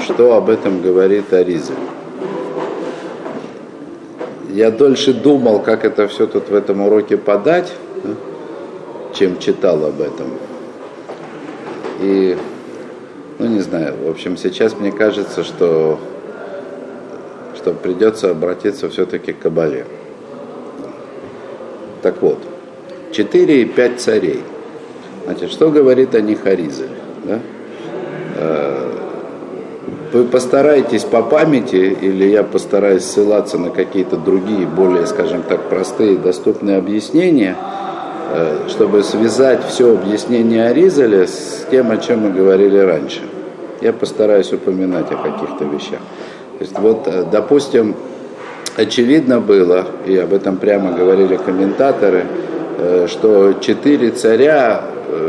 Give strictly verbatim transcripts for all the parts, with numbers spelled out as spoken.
что об этом говорит Аризаль. Я дольше думал, как это все тут в этом уроке подать, чем читал об этом. И, ну не знаю, в общем, сейчас мне кажется, что, что придется обратиться все-таки к Кабале. Так вот, четыре и пять царей. Значит, что говорит о них Аризаль? Да? Вы постарайтесь по памяти, или я постараюсь ссылаться на какие-то другие, более, скажем так, простые, доступные объяснения, чтобы связать все объяснение Аризаля с тем, о чем мы говорили раньше. Я постараюсь упоминать о каких-то вещах. То есть, вот, допустим, очевидно было, и об этом прямо говорили комментаторы, что четыре царя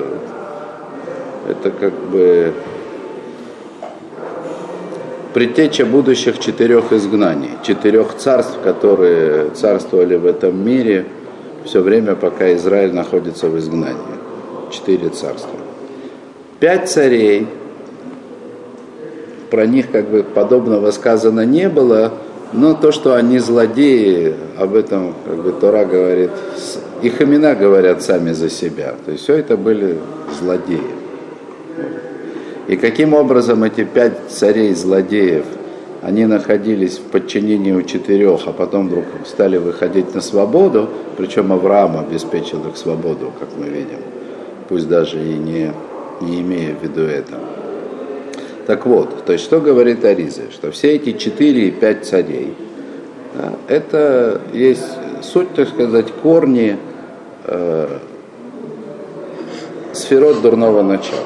это как бы предтеча будущих четырех изгнаний, четырех царств, которые царствовали в этом мире все время, пока Израиль находится в изгнании. Четыре царства. Пять царей, про них как бы подобного сказано не было, но то, что они злодеи, об этом как бы Тора говорит, их имена говорят сами за себя. То есть все это были злодеи. И каким образом эти пять царей-злодеев, они находились в подчинении у четырех, а потом вдруг стали выходить на свободу, причем Авраам обеспечил их свободу, как мы видим, пусть даже и не, не имея в виду это. Так вот, то есть что говорит Аризаль? Что все эти четыре и пять царей, да, это есть суть, так сказать, корни э, сферот дурного начала.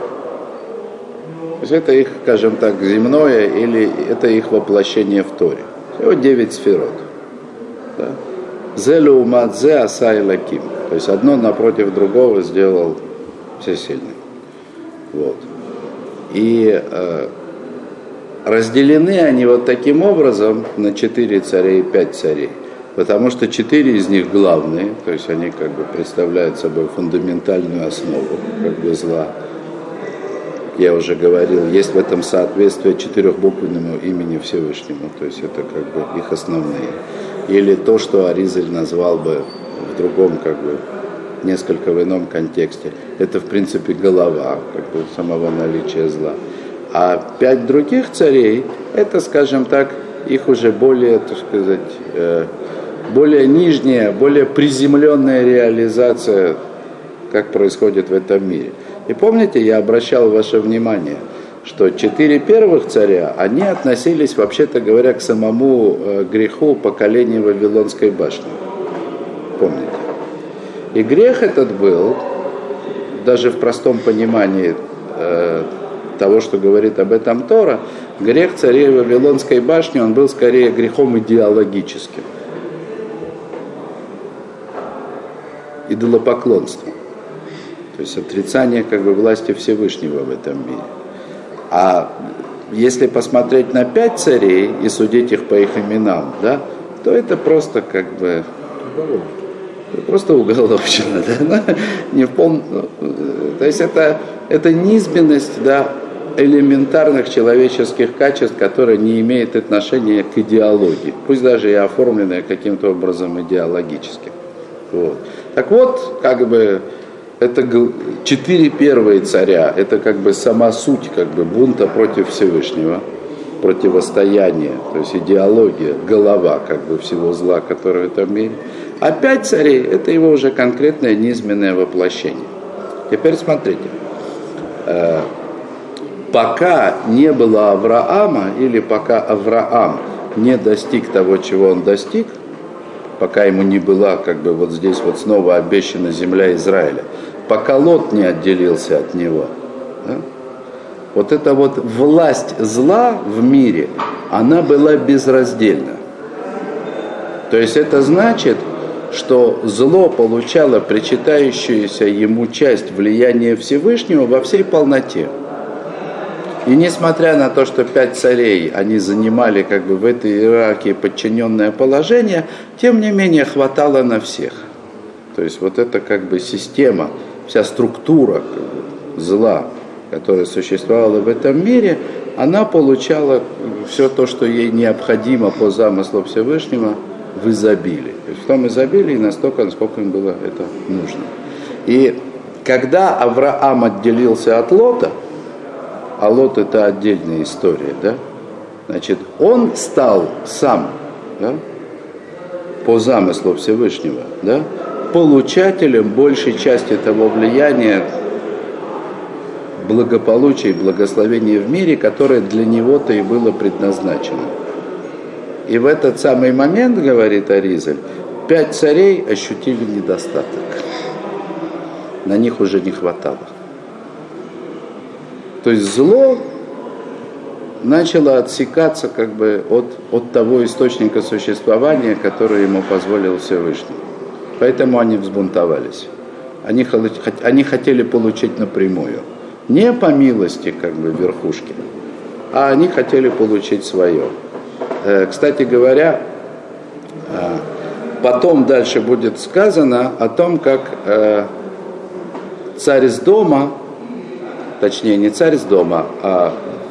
То есть это их, скажем так, земное, или это их воплощение в Торе. Всего девять сферот. Да? Зелу умат зе асай лаким. То есть одно напротив другого сделал всесильный. Вот. И э, разделены они вот таким образом на четыре царя и пять царей. Потому что четыре из них главные, то есть они как бы представляют собой фундаментальную основу как бы зла. Я уже говорил, есть в этом соответствие четырехбуквенному имени Всевышнему, то есть это как бы их основные. Или то, что Аризаль назвал бы в другом, как бы, несколько в ином контексте, это в принципе голова как бы, самого наличия зла. А пять других царей, это, скажем так, их уже более, так сказать, более нижняя, более приземленная реализация, как происходит в этом мире. И помните, я обращал ваше внимание, что четыре первых царя, они относились, вообще-то говоря, к самому э, греху поколения Вавилонской башни. Помните? И грех этот был, даже в простом понимании э, того, что говорит об этом Тора, грех царей Вавилонской башни, он был скорее грехом идеологическим. Идолопоклонством. То есть отрицание как бы власти Всевышнего в этом мире. А если посмотреть на пять царей и судить их по их именам, да, то это просто как бы просто уголовщина, да? Не в пол... То есть это, это низменность, да, элементарных человеческих качеств, которые не имеют отношения к идеологии, пусть даже и оформленные каким-то образом идеологически. Вот. Так вот, как бы это четыре первые царя, это как бы сама суть как бы бунта против Всевышнего, противостояние, то есть идеология, голова как бы всего зла, которое в этом мире. А пять царей, это его уже конкретное низменное воплощение. Теперь смотрите, пока не было Авраама, или пока Авраам не достиг того, чего он достиг, пока ему не была, как бы вот здесь вот снова обещана земля Израиля, пока Лот не отделился от него, да? Вот эта вот власть зла в мире, она была безраздельна. То есть это значит, что зло получало причитающуюся ему часть влияния Всевышнего во всей полноте. И несмотря на то, что пять царей, они занимали как бы в этой иерархии подчиненное положение, тем не менее хватало на всех. То есть вот эта как бы система, вся структура как бы, зла, которая существовала в этом мире, она получала все то, что ей необходимо по замыслу Всевышнего, в изобилии. То есть в том изобилии настолько, насколько им было это нужно. И когда Авраам отделился от Лота, а Лот это отдельная история, да, значит, он стал сам, да, по замыслу Всевышнего, да, получателем большей части того влияния, благополучия и благословения в мире, которое для него-то и было предназначено. И в этот самый момент, говорит Аризаль, пять царей ощутили недостаток. На них уже не хватало. То есть зло начало отсекаться как бы от, от того источника существования, который ему позволил Всевышний. Поэтому они взбунтовались. Они, они хотели получить напрямую. Не по милости как бы верхушки, а они хотели получить свое. Кстати говоря, потом дальше будет сказано о том, как царь из дома, точнее не царь из дома, а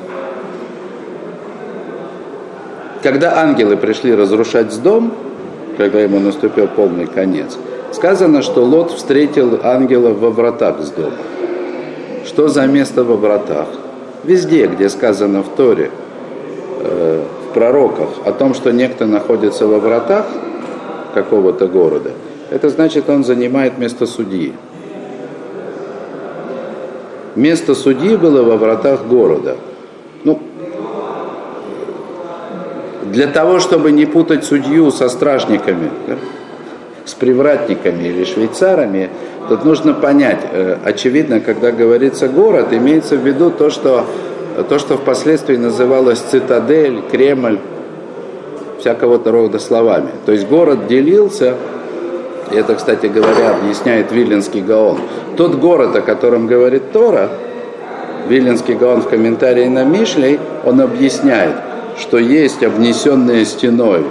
когда ангелы пришли разрушать дом, когда ему наступил полный конец, сказано, что Лот встретил ангелов во вратах с дома. Что за место во вратах? Везде, где сказано в Торе, э, в пророках, о том, что некто находится во вратах какого-то города, это значит, он занимает место судьи. Место судьи было во вратах города. Ну, для того, чтобы не путать судью со стражниками, да, с привратниками или швейцарами, тут нужно понять, очевидно, когда говорится город, имеется в виду то, что, то, что впоследствии называлось цитадель, Кремль, всякого рода словами. То есть город делился, и это, кстати говоря, объясняет Виленский Гаон. Тот город, о котором говорит Тора, Виленский Гаон в комментарии на Мишлей, он объясняет, что есть обнесенная стеной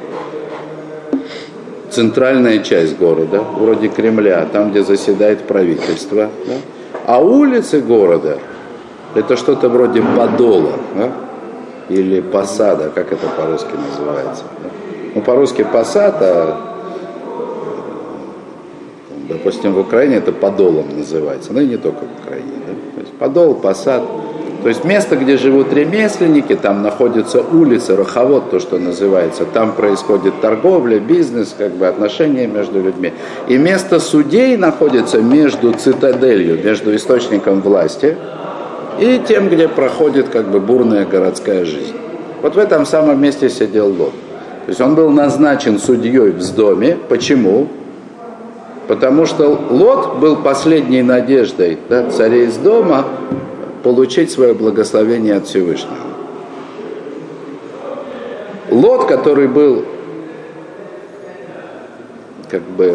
центральная часть города, вроде Кремля, там, где заседает правительство, да? А улицы города это что-то вроде подола, да? Или посада, как это по-русски называется. Да? Ну, по-русски посад, а, допустим, в Украине это подолом называется, но и не только в Украине. Да? То есть подол, посад. То есть место, где живут ремесленники, там находятся улицы, раховод, то, что называется, там происходит торговля, бизнес, как бы отношения между людьми. И место судей находится между цитаделью, между источником власти и тем, где проходит как бы бурная городская жизнь. Вот в этом самом месте сидел Лот. То есть он был назначен судьей в доме. Почему? Потому что Лот был последней надеждой, да, царей из дома получить свое благословение от Всевышнего. Лот, который был как бы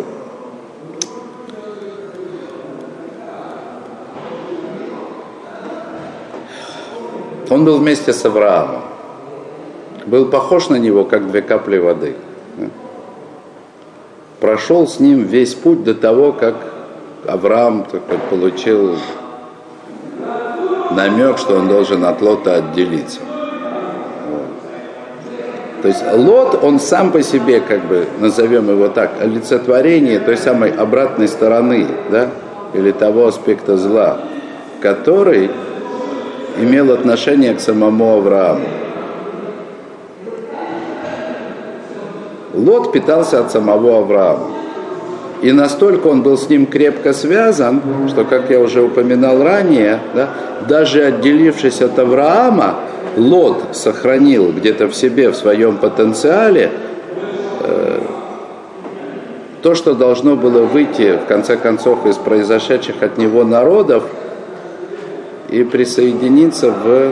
он был вместе с Авраамом, был похож на него, как две капли воды. Прошел с ним весь путь до того, как Авраам получил намек, что он должен от Лота отделиться. Вот. То есть Лот, он сам по себе, как бы, назовем его так, олицетворение той самой обратной стороны, да, или того аспекта зла, который имел отношение к самому Аврааму. Лот питался от самого Авраама. И настолько он был с ним крепко связан, что, как я уже упоминал ранее, да, даже отделившись от Авраама, Лот сохранил где-то в себе, в своем потенциале, э, то, что должно было выйти, в конце концов, из произошедших от него народов и присоединиться в,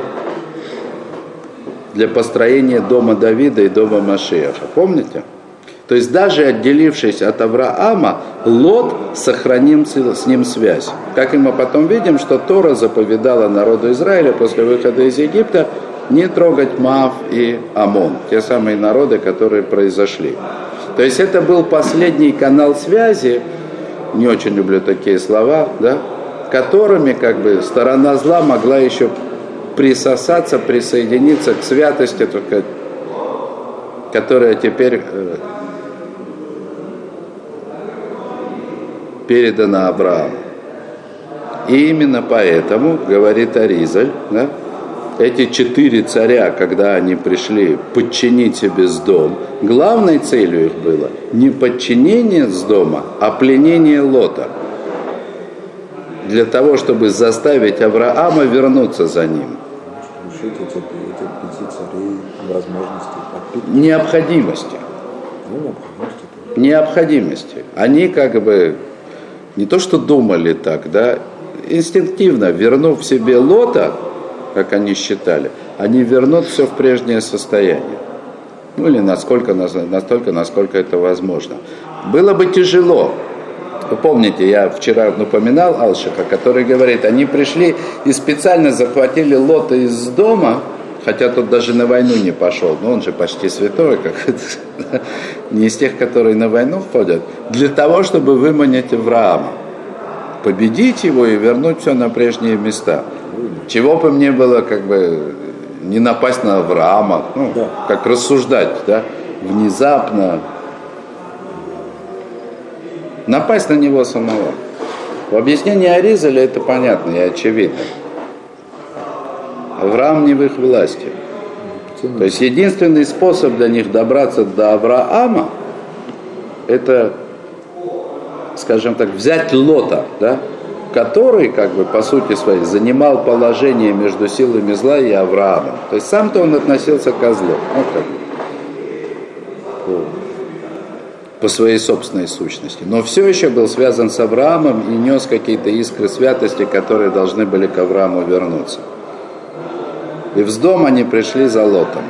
для построения дома Давида и дома Машиаха. Помните? То есть даже отделившись от Авраама, Лот сохранил с ним связь. Как и мы потом видим, что Тора заповедала народу Израиля после выхода из Египта не трогать Моав и Амон, те самые народы, которые произошли. То есть это был последний канал связи, не очень люблю такие слова, да, которыми как бы сторона зла могла еще присосаться, присоединиться к святости, только, которая теперь э, передана Аврааму. И именно поэтому, говорит Аризаль, да, эти четыре царя, когда они пришли подчинить себе Сдом, главной целью их было не подчинение Сдома, а пленение Лота. Для того, чтобы заставить Авраама вернуться за ним. Лишить эти, эти пяти царей возможности. Необходимости. Ну, необходимости. Необходимости. Они как бы не то что думали так, да, инстинктивно, вернув себе Лота, как они считали, они вернут все в прежнее состояние. Ну или насколько, настолько, насколько это возможно. Было бы тяжело. Вы помните, я вчера упоминал Алшиха, который говорит, они пришли и специально захватили Лота из дома, хотя тот даже на войну не пошел, но он же почти святой, как не из тех, которые на войну ходят, для того, чтобы выманить Авраама, победить его и вернуть все на прежние места. Чего бы мне было, как бы, не напасть на Авраама, ну, да. Как рассуждать, да, внезапно. Напасть на него самого. В объяснении Аризаля это понятно и очевидно. Авраам не в их власти. То есть единственный способ для них добраться до Авраама, это, скажем так, взять Лота, да, который, как бы, по сути своей, занимал положение между силами зла и Авраамом. То есть сам-то он относился к козлу. Ну, как бы. По своей собственной сущности. Но все еще был связан с Авраамом и нес какие-то искры святости, которые должны были к Аврааму вернуться. И в Сдом они пришли за Лотом.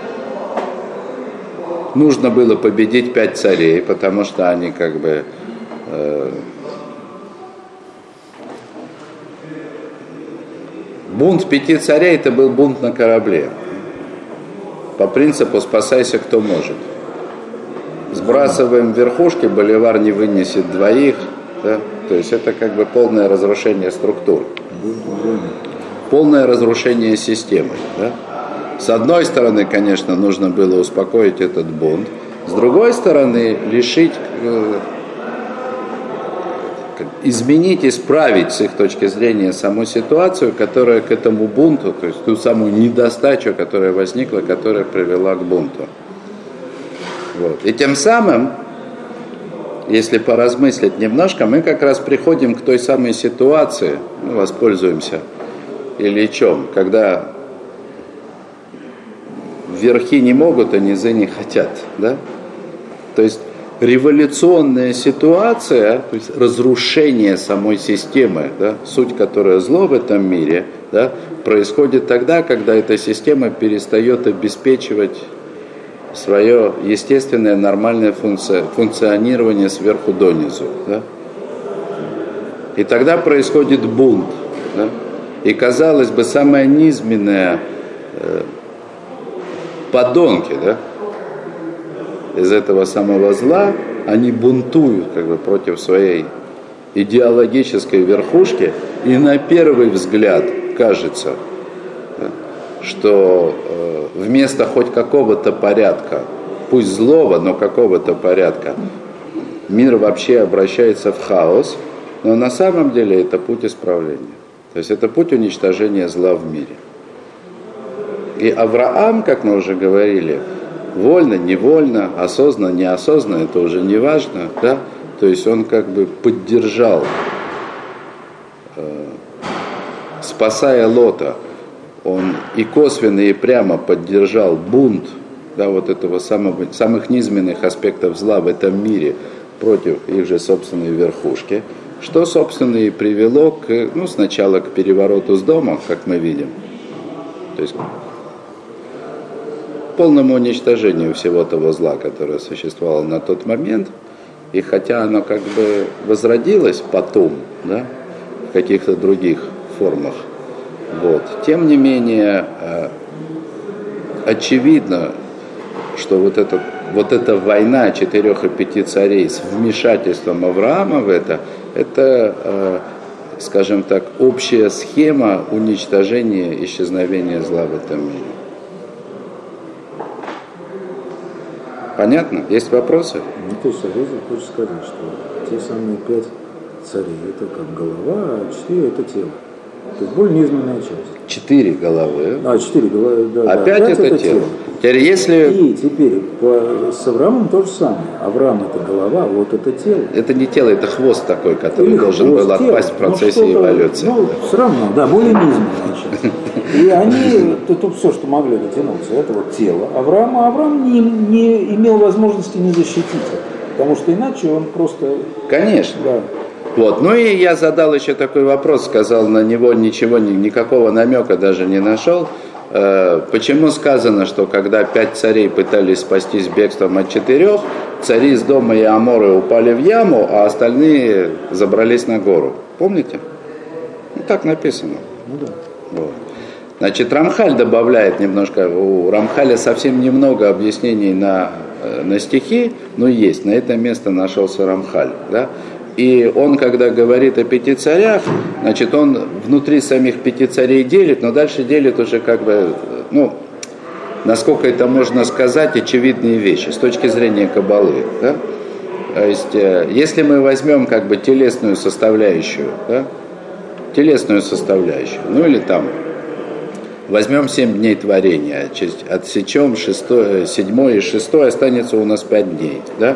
Нужно было победить пять царей, потому что они как бы... Э, бунт пяти царей — это был бунт на корабле. По принципу «спасайся, кто может». Сбрасываем верхушки, боливар не вынесет двоих, да? То есть это как бы полное разрушение структур, полное разрушение системы. Да? С одной стороны, конечно, нужно было успокоить этот бунт, с другой стороны, лишить, э, изменить, исправить с их точки зрения саму ситуацию, которая к этому бунту, то есть ту самую недостачу, которая возникла, которая привела к бунту. Вот. И тем самым, если поразмыслить немножко, мы как раз приходим к той самой ситуации, ну, воспользуемся Ильичом, когда верхи не могут, а низы не хотят. Да? То есть революционная ситуация, то есть разрушение самой системы, да, суть которой зло в этом мире, да, происходит тогда, когда эта система перестает обеспечивать свое естественное нормальное функци- функционирование сверху донизу. Да? И тогда происходит бунт. Да? И, казалось бы, самое низменное э, подонки, да, из этого самого зла, они бунтуют как бы против своей идеологической верхушки, и на первый взгляд кажется, да, что э, вместо хоть какого-то порядка, пусть злого, но какого-то порядка, мир вообще обращается в хаос, но на самом деле это путь исправления. То есть это путь уничтожения зла в мире. И Авраам, как мы уже говорили, вольно, невольно, осознанно, неосознанно, это уже не важно, да? То есть он как бы поддержал, э, спасая Лота, он и косвенно, и прямо поддержал бунт, да, вот этого самого, самых низменных аспектов зла в этом мире против их же собственной верхушки, что, собственно, и привело к, ну, сначала к перевороту Сдома, как мы видим, то есть полному уничтожению всего того зла, которое существовало на тот момент. И хотя оно как бы возродилось потом, да, в каких-то других формах, вот, тем не менее, э, очевидно, что вот, это, вот эта война четырех и пяти царей с вмешательством Авраама в это, это э, скажем так, общая схема уничтожения, исчезновения зла в этом мире. Понятно? Есть вопросы? Ну, то есть, Ариза хочет сказать, что те самые пять царей – это как голова, а четыре – это тело. То есть более низменная часть. Четыре головы. А, четыре головы, да. А да. пять это, это тело. тело. Теперь если... И теперь по, с Авраамом то же самое. Авраам – это голова, а вот это тело. Это не тело, это хвост такой, который Или должен хвост, был тело. отпасть в процессе ну, эволюции. Ну, все равно, да, более низменная часть. И они, тут, тут все, что могли дотянуться, это вот тело Авраама. Авраам не, не имел возможности не защитить это, потому что иначе он просто... Конечно. Да. Вот. Ну и я задал еще такой вопрос, сказал, на него ничего, никакого намека даже не нашел. Почему сказано, что когда пять царей пытались спастись бегством от четырех, цари из дома и Аморы упали в яму, а остальные забрались на гору? Помните? Ну, так написано. Ну, да. Вот. Значит, Рамхаль добавляет немножко, у Рамхаля совсем немного объяснений на, на стихи, но есть, на это место нашелся Рамхаль, да? И он, когда говорит о пяти царях, значит, он внутри самих пяти царей делит, но дальше делит уже как бы, ну, насколько это можно сказать, очевидные вещи с точки зрения Каббалы, да? То есть, если мы возьмем как бы телесную составляющую, да? Телесную составляющую, ну или там, возьмем семь дней творения, отсечем шестой, седьмой и шестой, останется у нас пять дней, да?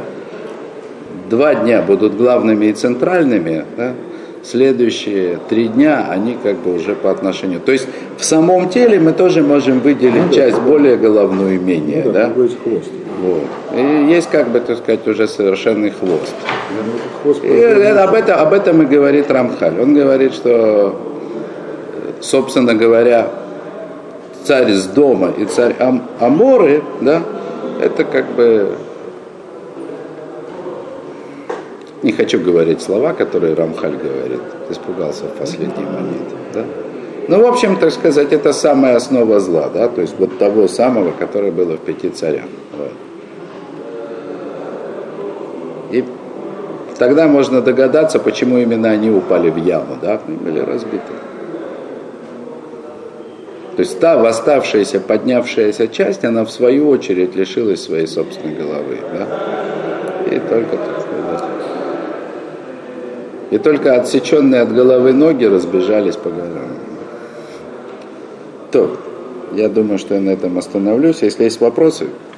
Два дня будут главными и центральными, да? Следующие три дня, они как бы уже по отношению. То есть в самом теле мы тоже можем выделить ну, часть да, более головную и менее. Ну, да, да? Хвост. Вот. И есть как бы, так сказать, уже совершенный хвост. Да, ну, хвост и это, об, этом, об этом и говорит Рамхаль. Он говорит, что, собственно говоря, царь с дома и царь Ам, Аморы, да, это как бы... Не хочу говорить слова, которые Рамхаль говорит. Испугался в последний момент. Да? Ну, в общем, так сказать, это самая основа зла, да, то есть вот того самого, которое было в пяти царях. Вот. И тогда можно догадаться, почему именно они упали в яму, да, они были разбиты. То есть та восставшаяся, поднявшаяся часть, она в свою очередь лишилась своей собственной головы, да, и только так сказать. И только отсеченные от головы ноги разбежались по горам. То, я думаю, что я на этом остановлюсь. Если есть вопросы,